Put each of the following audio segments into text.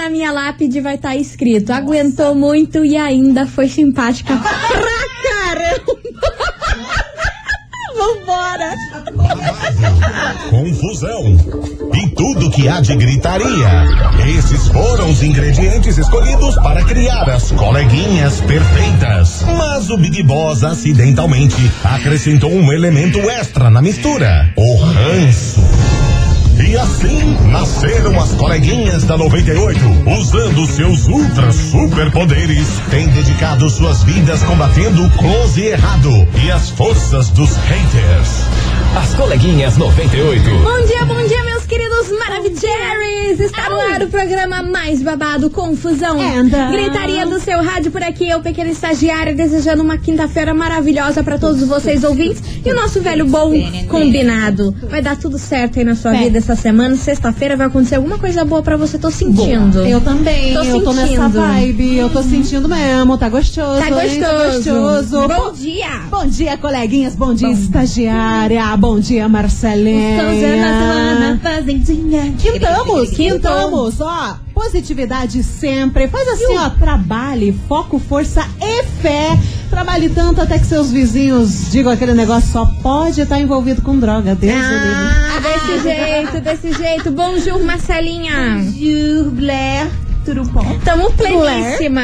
na minha lápide vai estar escrito: aguentou muito e ainda foi simpática pra caramba. Vambora! Confusão e tudo que há de gritaria. Esses foram os ingredientes escolhidos para criar as coleguinhas perfeitas. Mas o Big Boss acidentalmente acrescentou um elemento extra na mistura: o ranço. E assim nasceram as coleguinhas da 98, usando seus ultra superpoderes, têm dedicado suas vidas combatendo o close e errado e as forças dos haters. As coleguinhas 98. Bom dia, meus queridos Maravicheries! Está no ar o programa mais babado, confusão, gritaria do seu rádio. Por aqui, eu, pequena estagiária, desejando uma quinta-feira maravilhosa pra todos vocês ouvintes. E o nosso velho bom combinado. Vai dar tudo certo aí na sua vida essa semana. Sexta-feira vai acontecer alguma coisa boa pra você, tô sentindo. Eu também, eu tô nessa vibe, eu tô sentindo mesmo, tá gostoso. Tá gostoso. Bom dia. Bom dia, coleguinhas, bom dia, estagiária, bom dia, Marcelinha. Quintamos, ó, positividade sempre. Faz assim, ó, trabalhe, foco, força e fé. Trabalhe tanto até que seus vizinhos digam aquele negócio: só pode estar envolvido com droga. Desse jeito. Bonjour, Marcelinha. Bonjour, Blair. Tudo bom? Tamo pleníssima.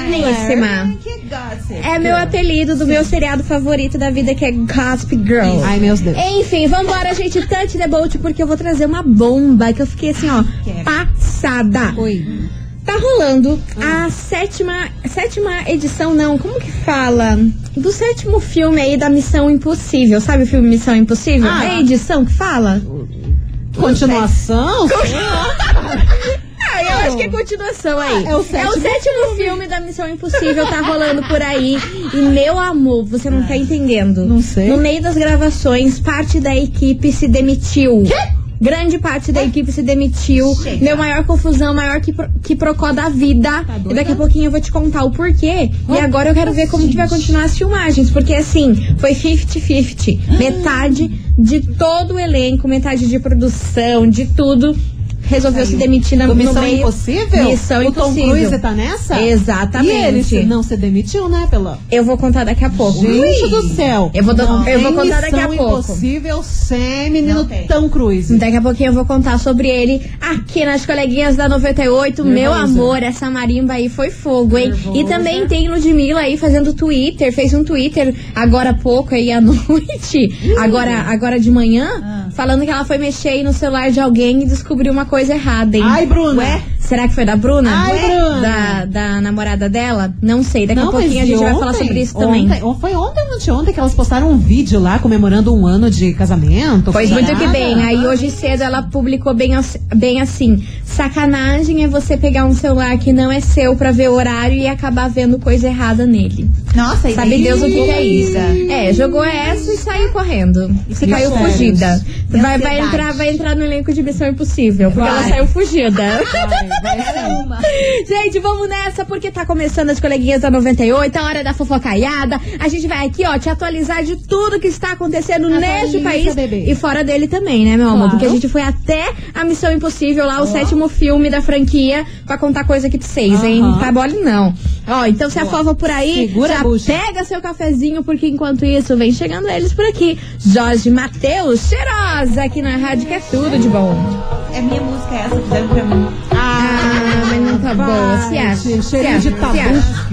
É meu apelido do meu seriado favorito da vida, que é Gossip Girl. Ai, meu Deus. Enfim, vambora, gente. Touch the boat, porque eu vou trazer uma bomba que eu fiquei assim, ó, passada. Oi. Tá rolando a sétima edição, não, como que fala? Do sétimo filme aí da Missão Impossível. Sabe o filme Missão Impossível? É a edição que fala? Continuação? Eu acho que é continuação aí. É o sétimo filme da Missão Impossível, tá rolando por aí. E, meu amor, você não tá entendendo. Não sei. No meio das gravações, parte da equipe se demitiu. Quê? Grande parte da equipe se demitiu. Meu maior confusão, maior que procó da vida. Tá, e daqui a pouquinho eu vou te contar o porquê. E agora eu quero ver como que vai continuar as filmagens. Porque assim, foi 50-50. Metade de todo o elenco, metade de produção, de tudo, resolveu se demitir no Missão meio. Impossível? Missão o Tom Impossível. Cruise tá nessa? Exatamente. E ele não se demitiu, né, Pelão? Eu vou contar daqui a pouco. Gente do céu. Eu vou contar daqui a pouco. Missão Impossível sem menino Tom Cruise. Daqui a pouquinho eu vou contar sobre ele aqui nas coleguinhas da 98. Nervosa. Meu amor, essa marimba aí foi fogo, hein? Nervosa. E também tem Ludmilla aí fazendo Twitter. Fez um Twitter agora há pouco aí à noite. Agora de manhã. Falando que ela foi mexer aí no celular de alguém e descobriu uma coisa errada, hein? Ai, Bruna. Ué? Será que foi da Bruna? Ai, Bruna. Da namorada dela? Não sei, daqui a pouquinho a gente vai falar sobre isso também. Foi ontem ou anteontem que elas postaram um vídeo lá comemorando 1 ano de casamento? Pois muito que bem. Aí hoje cedo ela publicou bem assim: sacanagem é você pegar um celular que não é seu pra ver o horário e acabar vendo coisa errada nele. Nossa, sabe Deus o que é isso? Jogou essa e saiu correndo. Você caiu fugida. Vai entrar no elenco de Missão Impossível, porque ela saiu fugida. Gente, vamos nessa, porque tá começando as coleguinhas da 98, a hora da fofocaiada. A gente vai aqui, ó, te atualizar de tudo que está acontecendo neste país, bebê. E fora dele também, né, meu amor? Porque a gente foi até a Missão Impossível, lá, o sétimo filme da franquia, pra contar coisa aqui pra vocês, hein? Não tá mole, não. Ó, então se afofa por aí, segura pega seu cafezinho, porque enquanto isso, vem chegando eles por aqui. Jorge Mateus, cheirosa aqui na rádio, que é tudo de bom. É minha música essa, fizeram pra mim. Mas não tá boa. Se acha. Cheirinho de tabu.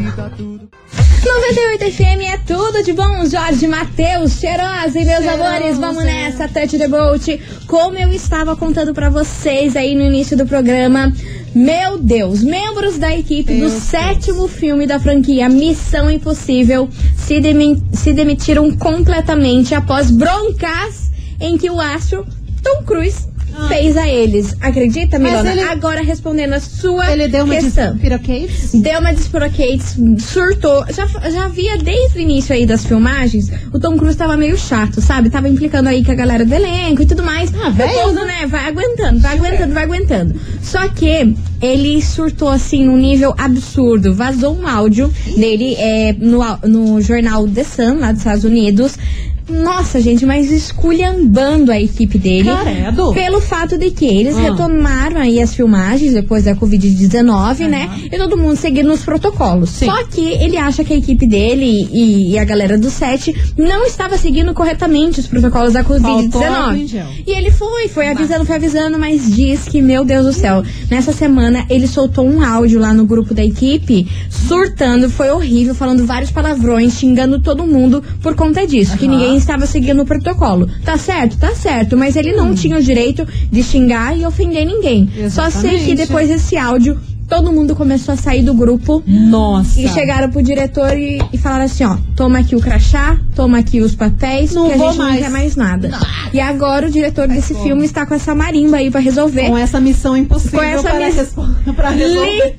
98 FM é tudo de bom. Jorge Mateus, cheirosa. E meus amores, vamos nessa, Touch the Boat. Como eu estava contando pra vocês aí no início do programa, meu Deus, membros da equipe do sétimo filme da franquia Missão Impossível se demitiram completamente após broncas em que o astro Tom Cruise fez a eles. Acredita, Milona? Agora respondendo a sua ele deu uma questão. Deu uma despiraquetes, surtou. Já havia desde o início aí das filmagens, o Tom Cruise tava meio chato, sabe? Tava implicando aí com a galera do elenco e tudo mais. O povo, né? Vai aguentando. Só que ele surtou assim num nível absurdo. Vazou um áudio dele no jornal The Sun, lá dos Estados Unidos, nossa, gente, mas esculhambando a equipe dele. Caramba. Pelo fato de que eles retomaram aí as filmagens depois da Covid-19, né? E todo mundo seguindo os protocolos. Sim. Só que ele acha que a equipe dele e a galera do set não estava seguindo corretamente os protocolos da Covid-19. E ele foi avisando, mas diz que, meu Deus do céu, nessa semana ele soltou um áudio lá no grupo da equipe, surtando, foi horrível, falando vários palavrões, xingando todo mundo por conta disso, que ninguém estava seguindo o protocolo. Tá certo, mas ele não tinha o direito de xingar e ofender ninguém. Exatamente. Só sei que depois desse áudio, todo mundo começou a sair do grupo. Nossa. E chegaram pro diretor e falaram assim, ó, toma aqui o crachá, toma aqui os papéis, não porque a gente mais. não quer mais nada. E agora o diretor desse filme está com essa marimba aí pra resolver. Com essa missão impossível Com essa pra resolver.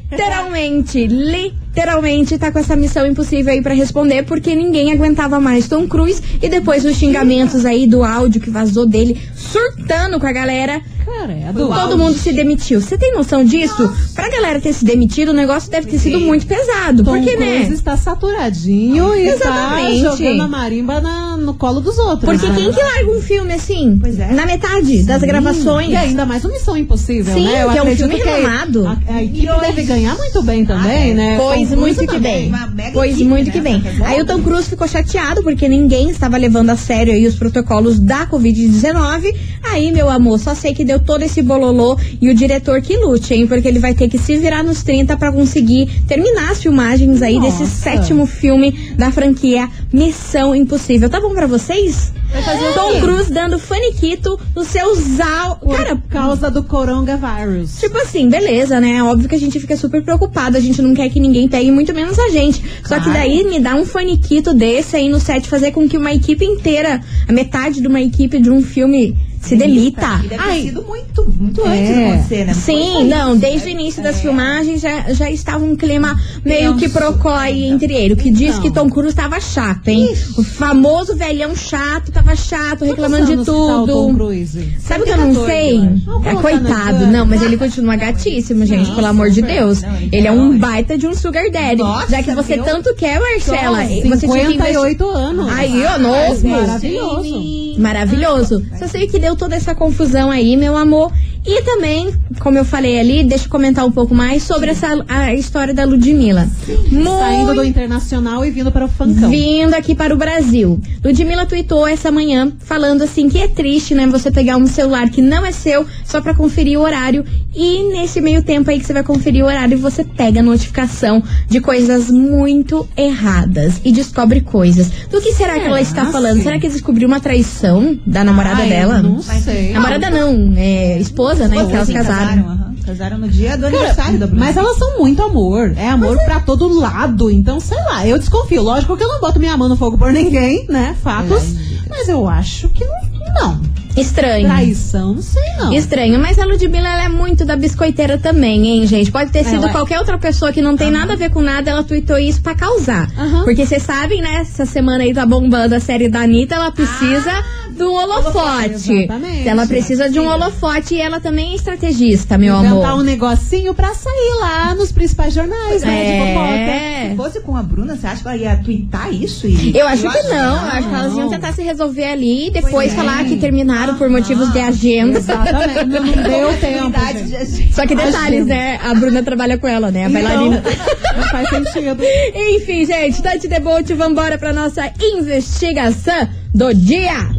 Literalmente tá com essa missão impossível aí pra responder, porque ninguém aguentava mais Tom Cruise. E depois os xingamentos aí do áudio que vazou dele, surtando com a galera, todo mundo se demitiu. Você tem noção disso? Nossa. Pra galera ter se demitido, o negócio deve ter sido muito pesado. Tom porque, Cruise né? está saturadinho e Exatamente. está jogando a marimba no colo dos outros. Porque quem que larga um filme assim? Pois é. Na metade das gravações. E ainda mais uma Missão Impossível, Sim, né? Eu que é um acredito filme que renomado. A equipe deve ganhar muito bem também, né? Pois muito que bem. Pois muito que bem. Aí o Tom Cruise ficou chateado porque ninguém estava levando a sério aí os protocolos da Covid-19. Aí, meu amor, só sei que deu todo esse bololô e o diretor que lute, hein? Porque ele vai ter que se virar nos 30 pra conseguir terminar as filmagens aí desse 7º filme da franquia Missão Impossível. Tá bom pra vocês? Vai fazer Tom Cruise dando faniquito nos seus Por causa do coronavírus. Tipo assim, beleza, né? Óbvio que a gente fica super preocupado, a gente não quer que ninguém pegue, muito menos a gente. Só que daí me dá um faniquito desse aí no set, fazer com que uma equipe inteira, a metade de uma equipe de um filme se demita. E deve ter sido muito antes de acontecer, né? Sim, não, desde o início das filmagens já estava um clima meio que procó aí entre ele. O que diz que Tom Cruise tava chato, hein? O famoso velhão chato, tava chato, reclamando de tudo. Tom Cruise? Sabe o que eu não sei? Coitado, não, mas ele continua gatíssimo, gente, pelo amor de Deus. Ele é um baita de um sugar daddy. Já que você tanto quer, Marcela, você tinha 58 anos. Aí, ó, novo. Maravilhoso. Maravilhoso. Só sei que deu toda essa confusão aí, meu amor. E também, como eu falei ali, deixa eu comentar um pouco mais sobre a história da Ludmilla. Saindo do internacional e vindo para o funkão. Vindo aqui para o Brasil. Ludmilla tweetou essa manhã falando assim que é triste, né, você pegar um celular que não é seu só pra conferir o horário, e nesse meio tempo aí que você vai conferir o horário, você pega a notificação de coisas muito erradas e descobre coisas. Do que será que ela está falando? Será que descobriu uma traição da namorada dela? Não sei. Namorada não, esposa, né? Que elas casaram. Casaram no dia do aniversário da Bruna. Mas elas são muito amor. É amor pra todo lado. Então, sei lá, eu desconfio. Lógico que eu não boto minha mão no fogo por ninguém, né? Fatos. Mas eu acho que não. Estranho. Traição, não sei não. Estranho, mas a Ludmilla, ela é muito da biscoiteira também, hein, gente? Pode ter sido qualquer outra pessoa que não tem nada a ver com nada, ela tweetou isso pra causar. Porque vocês sabem, né, essa semana aí tá bombando a série da Anitta, ela precisa do holofote. Exatamente. Ela precisa de um holofote e ela também é estrategista, meu amor. Inventar um negocinho pra sair lá nos principais jornais, né, de fofoca. Se fosse com a Bruna, você acha que ela ia twittar isso? Eu acho que não. Eu acho que elas iam tentar se resolver ali e depois falar que terminaram por motivos de agenda. Exatamente. Não deu tempo. Só que detalhes, né? A Bruna trabalha com ela, né? A bailarina. Não faz sentido. Enfim, gente, Tati Debote, vambora pra nossa investigação do dia.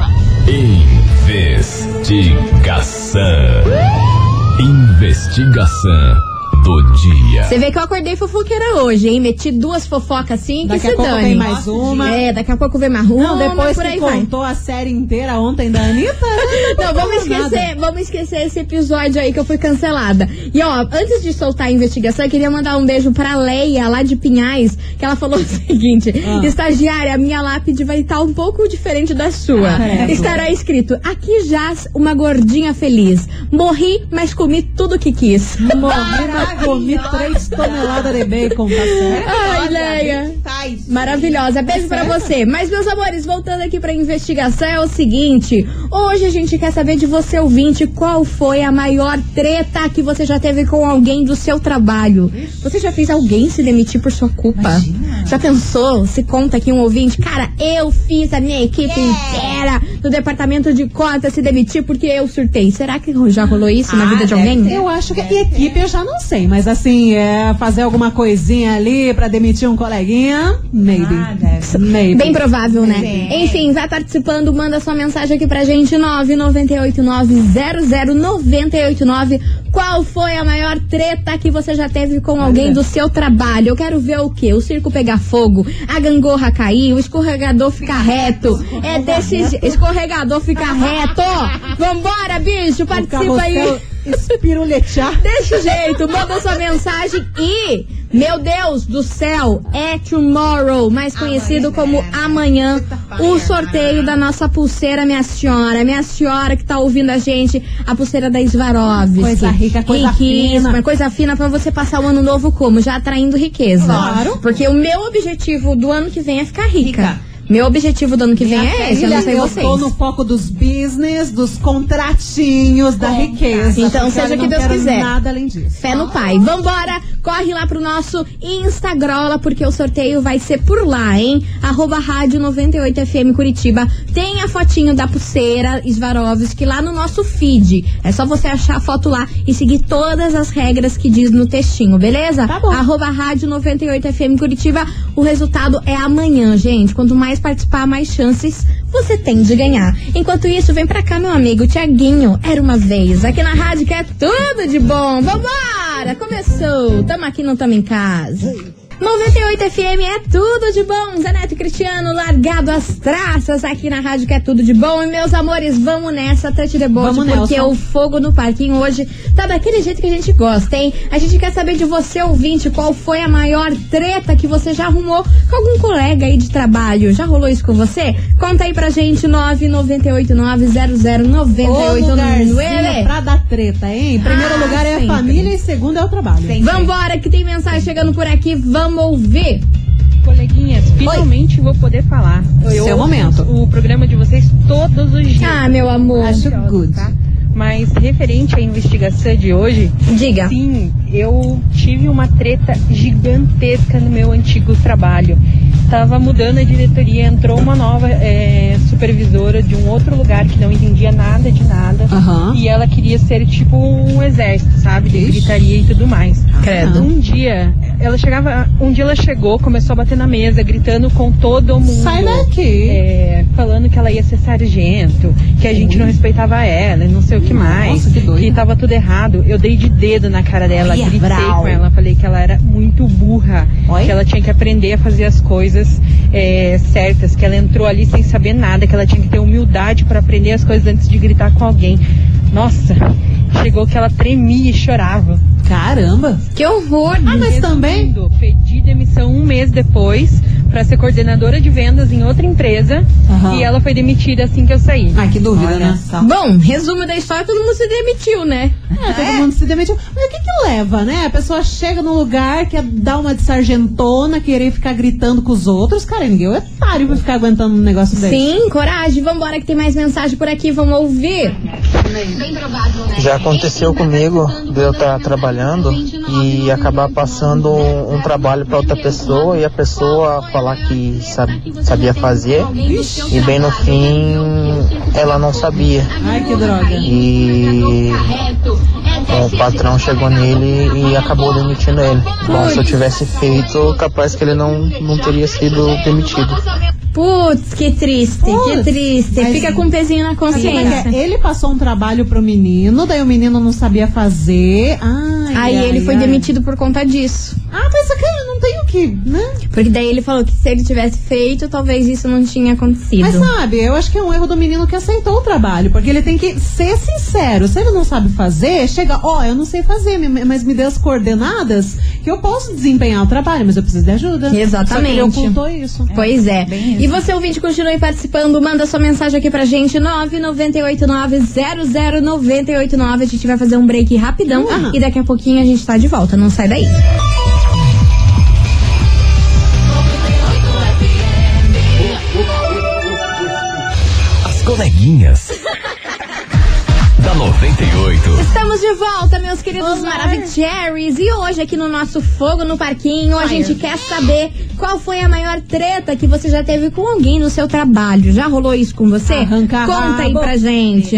Investigação do dia. Você vê que eu acordei fofoqueira hoje, hein? Meti 2 fofocas assim, daqui que se dane. Daqui a pouco vem mais uma. Daqui a pouco vem mais uma. Não, depois por aí que contou a série inteira ontem da Anitta. Não, vamos esquecer esse episódio aí que eu fui cancelada. E ó, antes de soltar a investigação, eu queria mandar um beijo pra Leia, lá de Pinhais, que ela falou o seguinte: estagiária, a minha lápide vai estar um pouco diferente da sua. Estará escrito: aqui jaz uma gordinha feliz. Morri, mas comi tudo que quis. Morri, mas comi 3 toneladas de bacon, tá certo? Ai, Leia. Maravilhosa. Beijo pra você. Mas, meus amores, voltando aqui pra investigação, é o seguinte: hoje a gente quer saber de você, ouvinte, qual foi a maior treta que você já teve com alguém do seu trabalho. Você já fez alguém se demitir por sua culpa? Já pensou? Se conta aqui um ouvinte, cara, eu fiz a minha equipe inteira do departamento de cotas se demitir porque eu surtei. Será que já rolou isso na vida de alguém? Eu acho que equipe eu já não sei, mas assim, fazer alguma coisinha ali pra demitir um coleguinha, maybe. Maybe. Bem provável, né? Sim. Enfim, vai participando, manda sua mensagem aqui pra gente, 998900989. Qual foi a maior treta que você já teve com alguém do seu trabalho? Eu quero ver o quê? O circo pegar fogo, a gangorra cair, o escorregador ficar reto. É desse escorregador ficar reto. Vambora, bicho, participa aí. Espiruletear. Desse jeito, manda sua mensagem e, meu Deus do céu, é tomorrow, mais conhecido como amanhã, o sorteio da nossa pulseira, minha senhora que tá ouvindo a gente, a pulseira da Swarovski. Coisa rica, coisa fina. Coisa fina pra você passar o ano novo como? Já atraindo riqueza. Claro. Porque o meu objetivo do ano que vem é ficar rica. Meu objetivo do ano que vem é esse, eu não sei vocês. Eu tô no foco dos business, dos contratinhos, da riqueza. Então seja o que Deus quiser. Nada além disso. Fé no pai. Vambora, corre lá pro nosso Instagram, porque o sorteio vai ser por lá, hein? @rádio 98FM Curitiba. Tem a fotinho da pulseira Swarovski lá no nosso feed. É só você achar a foto lá e seguir todas as regras que diz no textinho, beleza? Tá bom. @rádio 98FM Curitiba. O resultado é amanhã, gente. Quanto mais participar, mais chances você tem de ganhar. Enquanto isso, vem pra cá, meu amigo Tiaguinho. Era uma vez. Aqui na rádio que é tudo de bom. Vambora! Começou. Tamo aqui, não tamo em casa. 98 FM é tudo de bom. Zé Neto e Cristiano, largado as traças aqui na rádio que é tudo de bom. E meus amores, vamos nessa, touch the boat, porque o fogo no parquinho hoje tá daquele jeito que a gente gosta, hein? A gente quer saber de você, ouvinte, qual foi a maior treta que você já arrumou com algum colega aí de trabalho. Já rolou isso com você? Conta aí pra gente, 998900989. Pra dar treta, hein? Primeiro lugar é a família e segundo é o trabalho. Vambora, que tem mensagem chegando por aqui. Vamos ouvir. Coleguinhas, finalmente vou poder falar. Seu momento. O programa de vocês todos os dias. Ah, meu amor. Acho good. Tá? Mas referente à investigação de hoje, diga. Sim, eu tive uma treta gigantesca no meu antigo trabalho. Tava mudando a diretoria, entrou uma nova supervisora de um outro lugar que não entendia nada de nada. E ela queria ser tipo um exército, sabe? De gritaria e tudo mais. Credo. Um dia ela chegou, começou a bater na mesa, gritando com todo mundo. Sai daqui! Falando que ela ia ser sargento, que a gente não respeitava ela, não sei o que mais. Nossa, que tava tudo errado. Eu dei de dedo na cara dela, gritei com ela, falei que ela era muito burra, que ela tinha que aprender a fazer as coisas certas, que ela entrou ali sem saber nada, que ela tinha que ter humildade para aprender as coisas antes de gritar com alguém. Nossa, chegou que ela tremia e chorava. Caramba! Que horror! Mas também pedi demissão um mês depois para ser coordenadora de vendas em outra empresa e ela foi demitida assim que eu saí. Que dúvida, né? Bom, resumo da história, todo mundo se demitiu, né? Todo mundo se demitiu. Mas o que leva, né? A pessoa chega num lugar, quer dar uma de sargentona, querer ficar gritando com os outros. Cara, ninguém é otário pra ficar aguentando um negócio desse. Sim, coragem. Vambora que tem mais mensagem por aqui, vamos ouvir. Já aconteceu comigo de eu estar trabalhando e acabar passando um trabalho para outra pessoa e a pessoa falar que sabia fazer e bem no fim ela não sabia. Ai, que droga. E o patrão chegou nele e acabou demitindo ele. Bom, se eu tivesse feito, capaz que ele não teria sido demitido. Putz, que triste, que triste. Mas fica com um pezinho na consciência. Ele passou um trabalho pro menino, daí o menino não sabia fazer. Aí ele foi demitido por conta disso. Mas cara, não tem o que, né? Porque daí ele falou que se ele tivesse feito, talvez isso não tinha acontecido. Mas sabe, eu acho que é um erro do menino que aceitou o trabalho, porque ele tem que ser sincero. Se ele não sabe fazer, chega, eu não sei fazer, mas me dê as coordenadas que eu posso desempenhar o trabalho, mas eu preciso de ajuda. Exatamente. Só que ele ocultou isso. Pois é. E você, ouvinte, continue participando, manda sua mensagem aqui pra gente, 998900989. A gente vai fazer um break rapidão e daqui a pouquinho a gente tá de volta, não sai daí. As coleguinhas da 98. Estamos de volta, meus queridos Maravicheries. E hoje aqui no nosso Fogo no Parquinho, a gente quer saber qual foi a maior treta que você já teve com alguém no seu trabalho. Já rolou isso com você? Conta aí pra gente.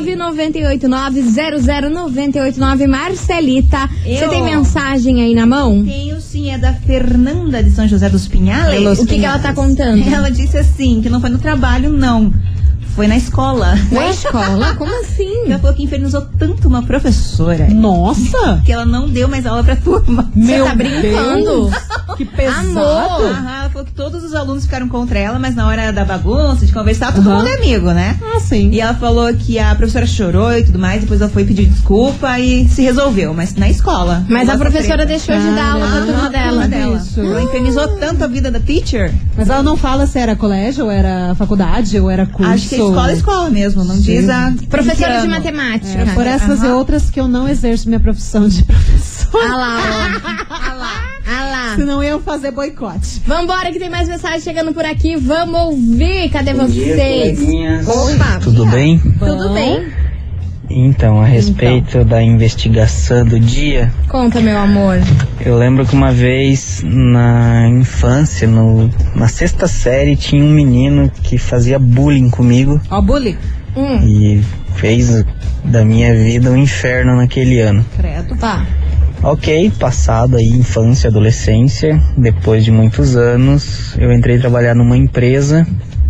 998900989. Marcelita, você tem mensagem aí na mão? Tenho sim, é da Fernanda de São José dos Pinhales. O que ela tá contando? Ela disse assim, que não foi no trabalho, não. Foi na escola. Na escola? Como assim? Ela falou que infernizou tanto uma professora. Nossa! Que ela não deu mais aula pra turma. Você tá brincando? Que pesado. Amor. Ela falou que todos os alunos ficaram contra ela, mas na hora da bagunça, de conversar, todo mundo é amigo, né? Ah, sim. E ela falou que a professora chorou e tudo mais, depois ela foi pedir desculpa e se resolveu, mas na escola. Mas a professora deixou de dar aula pra turma dela. Ela infernizou tanto a vida da teacher. Mas ela não fala se era colégio, ou era faculdade, ou era curso. Acho que é escola mesmo, não diz a... Professora de matemática. Por essas e outras que eu não exerço minha profissão de professora. Ah lá. Senão eu ia fazer boicote. Vambora que tem mais mensagem chegando por aqui. Vamos ouvir. Cadê vocês? Opa. Tudo bem? Tudo bem. Então, a respeito da investigação do dia... Conta, meu amor. Eu lembro que uma vez, na infância, na 6ª série, tinha um menino que fazia bullying comigo. Ó, bullying? E fez da minha vida um inferno naquele ano. Credo. Tá. Ok, passado aí infância, adolescência, depois de muitos anos, eu entrei trabalhar numa empresa...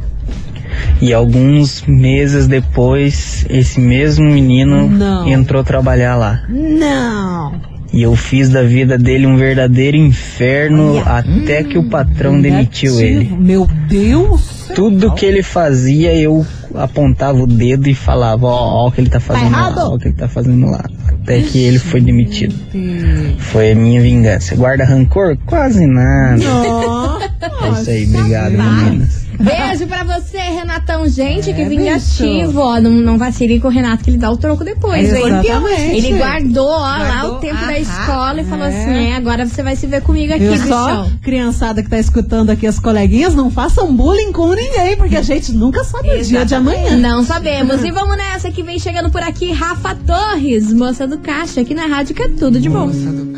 E alguns meses depois, esse mesmo menino entrou trabalhar lá. Não! E eu fiz da vida dele um verdadeiro inferno até que o patrão demitiu ele. Meu Deus! Tudo que ele fazia, eu apontava o dedo e falava, ó o que ele tá fazendo lá, ó o que ele tá fazendo lá. Até que ele foi demitido. Foi a minha vingança. Guarda rancor? Quase nada. É isso aí, obrigado, meninas. Beijo pra você, Renatão. Gente, que vingativo, ó. Não vacile com o Renato que ele dá o troco depois, hein? Ele guardou, lá o tempo da escola e falou assim, agora você vai se ver comigo aqui, bichão. Criançada que tá escutando aqui, as coleguinhas, não façam bullying com ninguém, porque a gente nunca sabe o dia de amanhã. Não sabemos. E vamos nessa que vem chegando por aqui, Rafa Torres, moça do caixa, aqui na rádio que é tudo de bom.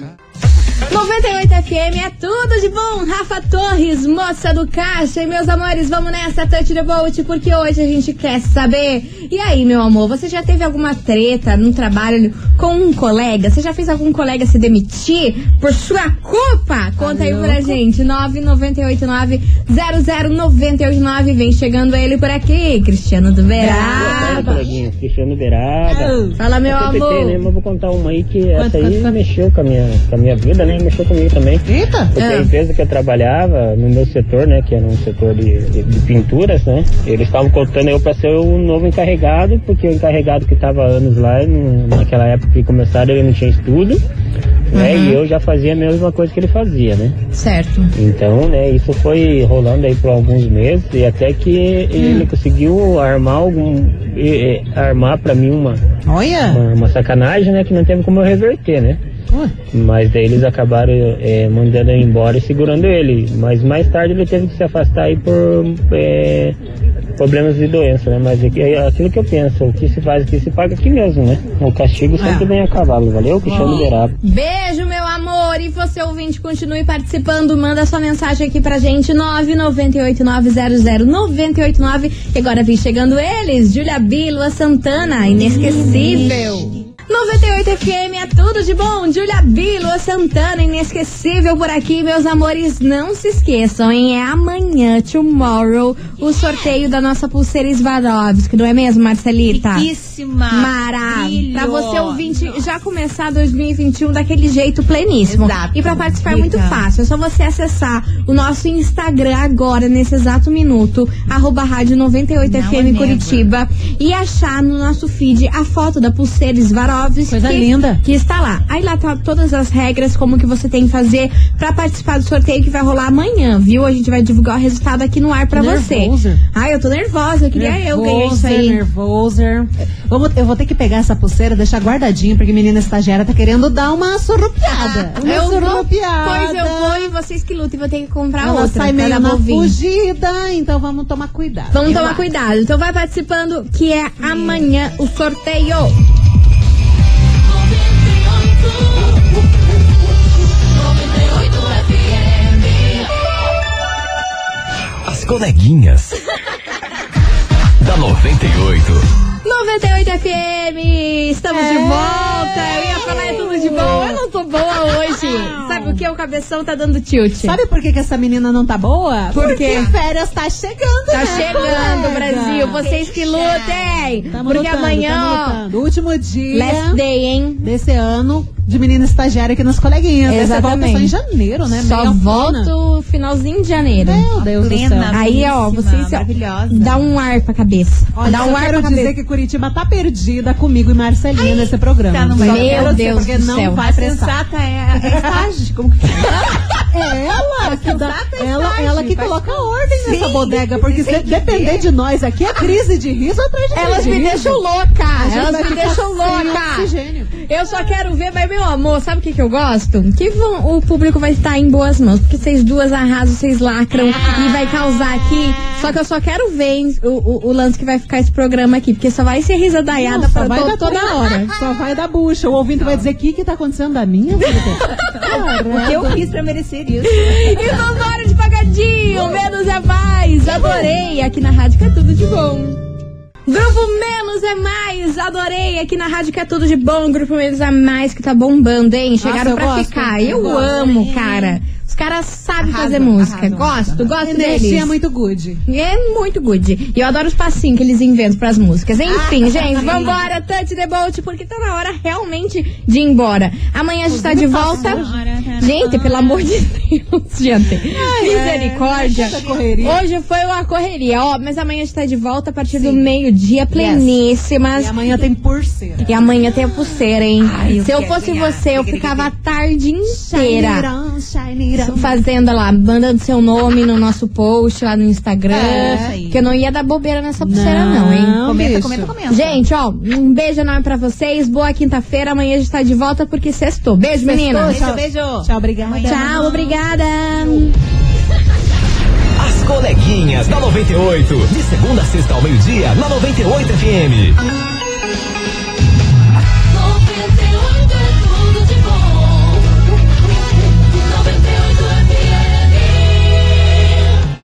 98 FM é tudo de bom. Rafa Torres, moça do caixa. E meus amores, vamos nessa, Touch the Boat, porque hoje a gente quer saber. E aí, meu amor, você já teve alguma treta no trabalho com um colega? Você já fez algum colega se demitir por sua culpa? Conta aí pra gente, 998900989. Vem chegando ele por aqui, Cristiano do Beraba. Cristiano Beraba. Fala, meu amor. Né? Mas vou contar uma aí que essa aí mexeu com a minha vida, né? Mexeu comigo também. Eita! Porque a empresa que eu trabalhava, no meu setor, né? Que era um setor de pinturas, né? Eles estavam contando eu para ser o novo encarregado, porque o encarregado que estava há anos lá, naquela época que começaram, ele não tinha estudo, né? E eu já fazia a mesma coisa que ele fazia, né? Certo. Então, né? Isso foi rolando aí por alguns meses, e até que ele conseguiu armar para mim uma sacanagem, né? Que não teve como eu reverter, né? Mas daí eles acabaram mandando eu embora e segurando ele. Mas mais tarde ele teve que se afastar aí por problemas de doença, né? Mas aquilo que eu penso, o que se faz aqui se paga aqui mesmo, né? O castigo sempre vem a cavalo. Valeu, Cristiano Beraba. Beijo, meu amor. E você, ouvinte, continue participando. Manda sua mensagem aqui pra gente, 998900989. E agora vem chegando eles, Júlia Bílua Santana, inesquecível. 98 FM é tudo de bom. Júlia Bílua Santana, inesquecível por aqui, meus amores. Não se esqueçam, hein? É amanhã, tomorrow, o sorteio da nossa pulseira Swarovski, não é mesmo, Marcelita? Riquíssima. Pra você, ouvinte, já começar 2021 daquele jeito pleníssimo. Exato. E pra participar é muito fácil. É só você acessar o nosso Instagram agora, nesse exato minuto, @rádio 98FM Curitiba, e achar no nosso feed a foto da pulseira Swarovski. Coisa linda. Que está lá. Aí lá tá todas as regras, como que você tem que fazer pra participar do sorteio que vai rolar amanhã, viu? A gente vai divulgar o resultado aqui no ar pra você. Ai, eu tô nervosa, eu queria eu ganhar isso aí. Nervosa. Eu vou ter que pegar essa pulseira, deixar guardadinha, porque a menina estagiária tá querendo dar uma surrupiada. Pois eu vou e vocês que lutem, vou ter que comprar ela outra. sai meio na fugida, então vamos tomar cuidado. Vamos tomar cuidado. Então vai participando, que é amanhã o sorteio. coleguinhas. Da 98. 98 FM, estamos de volta. Eu ia falar é tudo de bom. Eu não tô boa hoje. Sabe o que? O cabeção tá dando tilt. Sabe por que essa menina não tá boa? Porque férias tá chegando. Tá chegando, Brasil. Vocês que lutem. Porque lutando, amanhã, ó, último dia. Last day, hein? Desse ano de menina estagiária aqui nas coleguinhas. Exatamente. Você volta só em janeiro, né? Só volto finalzinho de janeiro. Meu Deus do céu. Aí, ó, vocês dá um ar pra cabeça. Olha, dá um ar pra dizer cabeça. Que Curitiba tá perdida comigo e Marcelinha nesse programa. Tá, meu Deus porque do não céu. vai A prestar. sensata é estágio. Como que É ela que coloca ordem nessa bodega, porque se depender de nós aqui, é crise de riso atrás de Elas me deixam louca. Elas me deixam louca. Eu só quero ver, mas meu amor, sabe o que eu gosto? Que o público vai estar em boas mãos, porque vocês duas arrasam, vocês lacram e vai causar aqui. Só que eu só quero ver o lance que vai ficar esse programa aqui, porque só vai ser risadaiada pra toda hora. Só vai dar bucha. O ouvinte vai dizer, o que tá acontecendo da minha vida? O que eu fiz pra merecer isso? Então, hora de pagadinho, menos é mais. Adorei, aqui na rádio que é tudo de bom. Grupo Menos é Mais, adorei aqui na rádio que é tudo de bom. Grupo Menos é Mais que tá bombando, hein? Chegaram pra ficar. Eu amo, cara. Os caras sabem fazer música. Gosto deles. Energia é muito good. É muito good. E eu adoro os passinhos que eles inventam pras músicas. Enfim, gente, vambora, Touch the Boat, porque tá na hora realmente de ir embora. Amanhã a gente tá de volta. Gente, pelo amor de Deus, gente. Misericórdia. Hoje foi uma correria, ó. Mas amanhã a gente tá de volta a partir do meio-dia, pleníssimas. E amanhã tem pulseira. E amanhã tem a pulseira, hein? Se eu fosse você, eu ficava a tarde inteira fazendo lá, mandando seu nome no nosso post lá no Instagram. Que eu não ia dar bobeira nessa pulseira, não, hein? Comenta. Gente, ó, um beijo enorme pra vocês. Boa quinta-feira. Amanhã a gente tá de volta porque sextou. Beijo, meninas. Beijo. Tchau, obrigada. Tchau, obrigada. As coleguinhas da 98. De segunda a sexta ao meio-dia, na 98 FM.